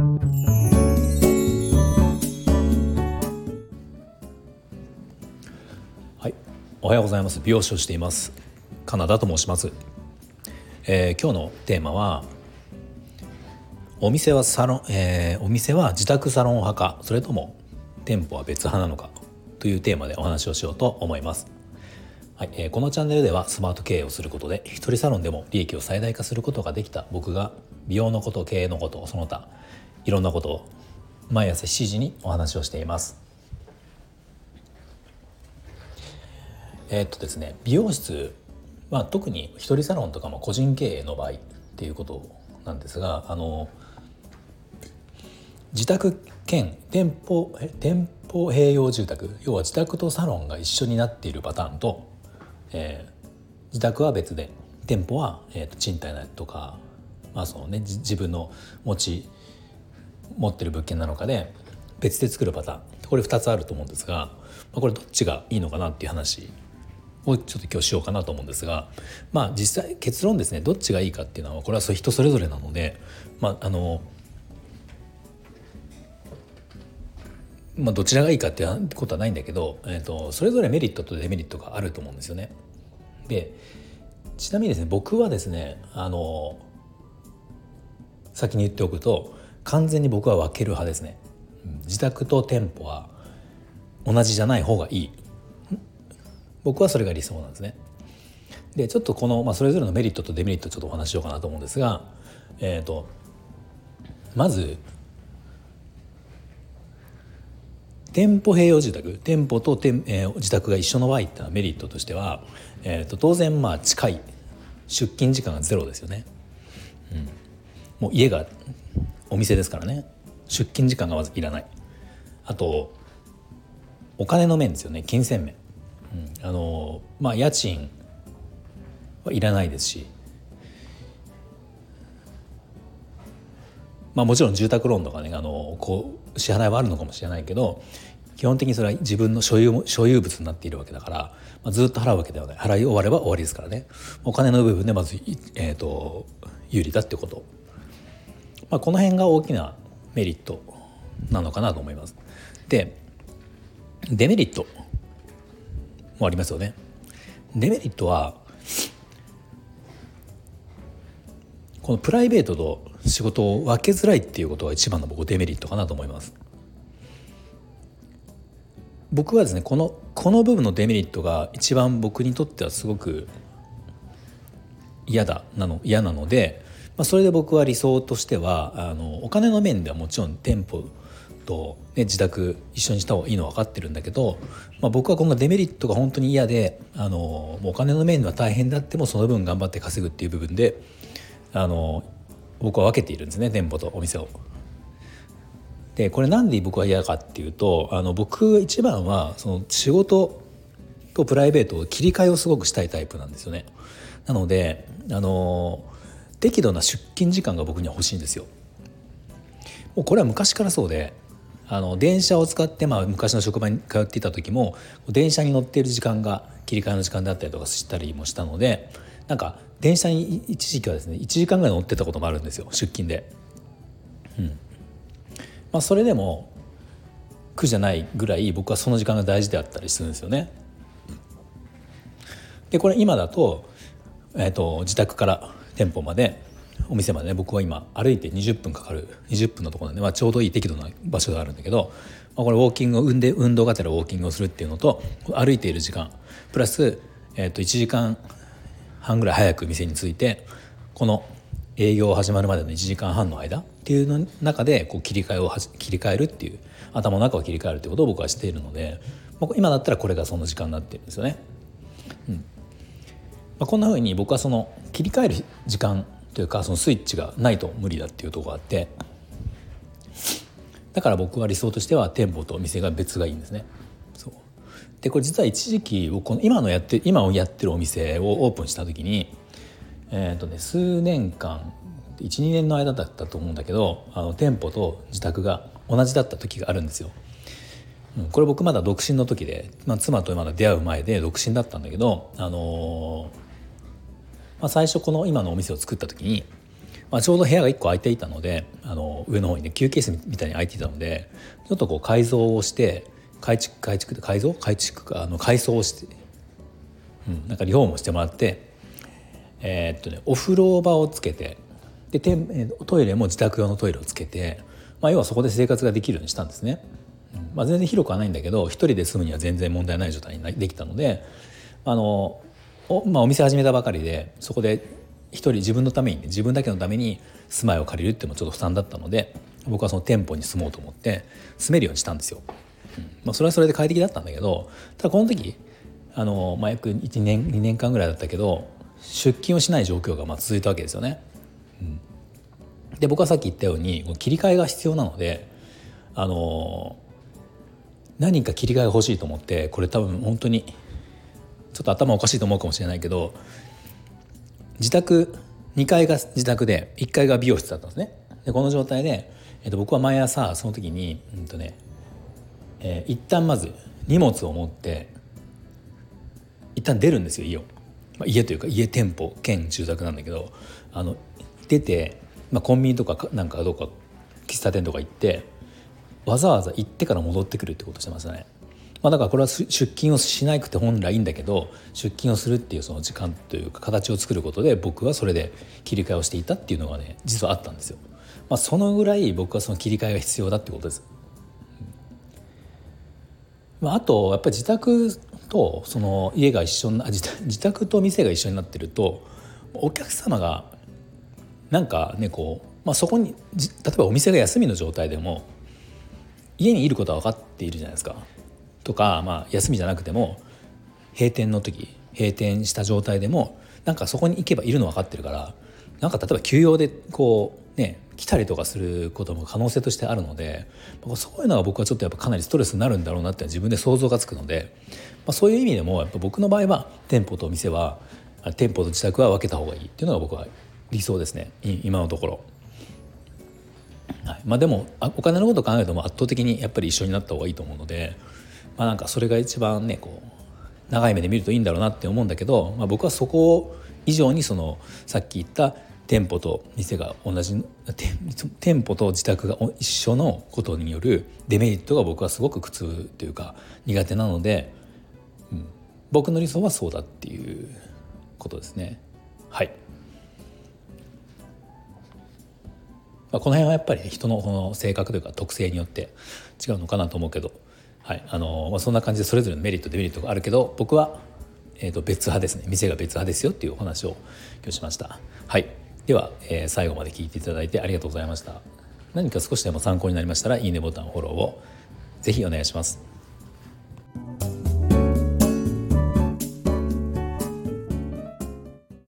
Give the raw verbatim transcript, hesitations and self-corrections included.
はい、おはようございます。美容師をしていますカナダと申します。えー、今日のテーマはお店はサロン、えー、お店は自宅サロン派か、それとも店舗は別派なのかというテーマでお話をしようと思います。はい、えー、このチャンネルではスマート経営をすることで一人サロンでも利益を最大化することができた僕が美容のこと、経営のこと、その他いろんなことを毎朝しちじにお話をしています。えーっとですね美容室、まあ、特に一人サロンとかも個人経営の場合っていうことなんですが、あの自宅兼店舗え店舗併用住宅、要は自宅とサロンが一緒になっているパターンと、えー、自宅は別で店舗は、えー、と賃貸とか、まあそのね、自分の持ち持ってる物件なのかで別で作るパターン、これふたつあると思うんですが、まあ、これどっちがいいのかなっていう話をちょっと今日しようかなと思うんですが、まあ実際結論ですね、どっちがいいかっていうのはこれは人それぞれなので、まああのまあ、どちらがいいかっていうことはないんだけど、えーと、それぞれメリットとデメリットがあると思うんですよね。で、ちなみにですね、僕はですね、あの先に言っておくと完全に僕は分ける派ですね。自宅と店舗は同じじゃない方がいい。僕はそれが理想なんですね。で、ちょっとこの、まあ、それぞれのメリットとデメリットをちょっとお話ししようかなと思うんですが、えーと、まず店舗併用住宅、店舗と店、えー、自宅が一緒の場合ってのはメリットとしては、えーと、当然まあ近い、出勤時間がゼロですよね。うん、もう家がお店ですからね、出勤時間がまずいらない。あとお金の面ですよね、金銭面、うん、あのまあ家賃はいらないですし、まあもちろん住宅ローンとかね、あのこう支払いはあるのかもしれないけど、基本的にそれは自分の所有所有物になっているわけだから、まあ、ずっと払うわけではない。払い終われば終わりですからね。お金の部分でまず、えーと、有利だってこと、まあ、この辺が大きなメリットなのかなと思います。で、デメリットもありますよね。デメリットはこのプライベートと仕事を分けづらいっていうことが一番の僕デメリットかなと思います。僕はですね、このこの部分のデメリットが一番僕にとってはすごく嫌だなの嫌なので、まあ、それで僕は理想としては、あのお金の面ではもちろん店舗と、ね、自宅一緒にした方がいいのは分かってるんだけど、まあ、僕はこのデメリットが本当に嫌で、あのもうお金の面では大変であってもその分頑張って稼ぐっていう部分で、あの僕は分けているんですね、店舗とお店を。で、これなんで僕は嫌かっていうと、あの僕一番はその仕事とプライベートを切り替えをすごくしたいタイプなんですよね。なので、あの適度な出勤時間が僕には欲しいんですよ。もうこれは昔からそうで、あの電車を使って、まあ、昔の職場に通っていた時も電車に乗っている時間が切り替えの時間であったりとかしたりもしたので、なんか電車に一時期はですねいちじかんぐらい乗ってたこともあるんですよ、出勤で。うんまあ、それでも苦じゃないぐらい僕はその時間が大事であったりするんですよね。で、これ今だと、えーと、自宅から店舗までお店までね、僕は今歩いてにじゅっぷんかかるにじゅっぷんのところで、ね、まあ、ちょうどいい適度な場所があるんだけど、まあ、これウォーキングを運で運動がてらウォーキングをするっていうのと、歩いている時間プラス、えーと、いちじかんはんぐらい早く店に着いて、この営業始まるまでのいちじかんはんの間っていうの中でこう切り替えを切り替えるっていう、頭の中を切り替えるっていうことを僕はしているので、まあ、今だったらこれがその時間になってるんですよね。うんまあ、こんな風に僕はその切り替える時間というか、そのスイッチがないと無理だっていうところがあって、だから僕は理想としては店舗とお店が別がいいんですね。そうで、これ実は一時期僕この今のやって今をやってるお店をオープンした時に、えーとね、数年間 いちにねんの間だったと思うんだけど、あの店舗と自宅が同じだった時があるんですよ。うん、これ僕まだ独身の時で、まあ、妻とまだ出会う前で独身だったんだけど、あのーまあ、最初この今のお店を作った時にまあ、ちょうど部屋がいっこ空いていたので、あの上の方にね休憩室みたいに空いていたので、ちょっとこう改造をして改築改築で改造改築かあの改装をして、うん、なんかリフォームをしてもらって、えーっとね、お風呂場をつけて、でトイレも自宅用のトイレをつけて、まあ、要はそこで生活ができるようにしたんですね。うんまあ、全然広くはないんだけど一人で住むには全然問題ない状態にできたので、あのお,、まあ、お店始めたばかりでそこで一人自分のために、ね、自分だけのために住まいを借りるっていうのもちょっと負担だったので、僕はその店舗に住もうと思って住めるようにしたんですよ。うんまあ、それはそれで快適だったんだけど、ただこの時あの、まあ、約いちねんにねんかんぐらいだったけど出勤をしない状況がまあ続いたわけですよね。うん、で僕はさっき言ったように切り替えが必要なので、あの何か切り替えが欲しいと思って、これ多分本当にちょっと頭おかしいと思うかもしれないけど、自宅にかいが自宅でいっかいが美容室だったんですね。でこの状態で、えー、と僕は毎朝その時に、うんとねえー、一旦まず荷物を持って一旦出るんですよ、家を、まあ、家というか家店舗兼住宅なんだけど、あの出て、まあ、コンビニとかなんかどうか喫茶店とか行ってわざわざ行ってから戻ってくるってことをしてますね。まあ、だからこれは出勤をしなくて本来いいんだけど、出勤をするっていうその時間というか形を作ることで僕はそれで切り替えをしていたっていうのがね実はあったんですよ。まあ、そのぐらい僕はその切り替えが必要だってことです。まあ、あとやっぱり自宅とその家が一緒な自宅自宅と店が一緒になってるとお客様がなんかねこう、まあ、そこに例えばお店が休みの状態でも家にいることは分かっているじゃないですか。とか、まあ、休みじゃなくても閉店の時閉店した状態でもなんかそこに行けばいるの分かってるから、なんか例えば休養でこうね来たりとかすることも可能性としてあるので、そういうのが僕はちょっとやっぱかなりストレスになるんだろうなって自分で想像がつくので、まあ、そういう意味でもやっぱ僕の場合は店舗と店は店舗と自宅は分けた方がいいっていうのが僕は理想ですね、今のところ。はい、まあ、でもお金のことを考えると圧倒的にやっぱり一緒になった方がいいと思うので、まあ、なんかそれが一番ねこう長い目で見るといいんだろうなって思うんだけど、まあ、僕はそこ以上にそのさっき言った店舗と店が同じ店舗と自宅が一緒のことによるデメリットが僕はすごく苦痛というか苦手なので、うん、僕の理想はそうだっていうことですね。はい、まあ、この辺はやっぱり人のこの性格というか特性によって違うのかなと思うけど、はいあのまあ、そんな感じでそれぞれのメリットデメリットがあるけど、僕は、えー、と別派ですね。店が別派ですよっていうお話を今日しました。はい、では、えー、最後まで聞いていただいてありがとうございました。何か少しでも参考になりましたらいいねボタンフォローをぜひお願いします。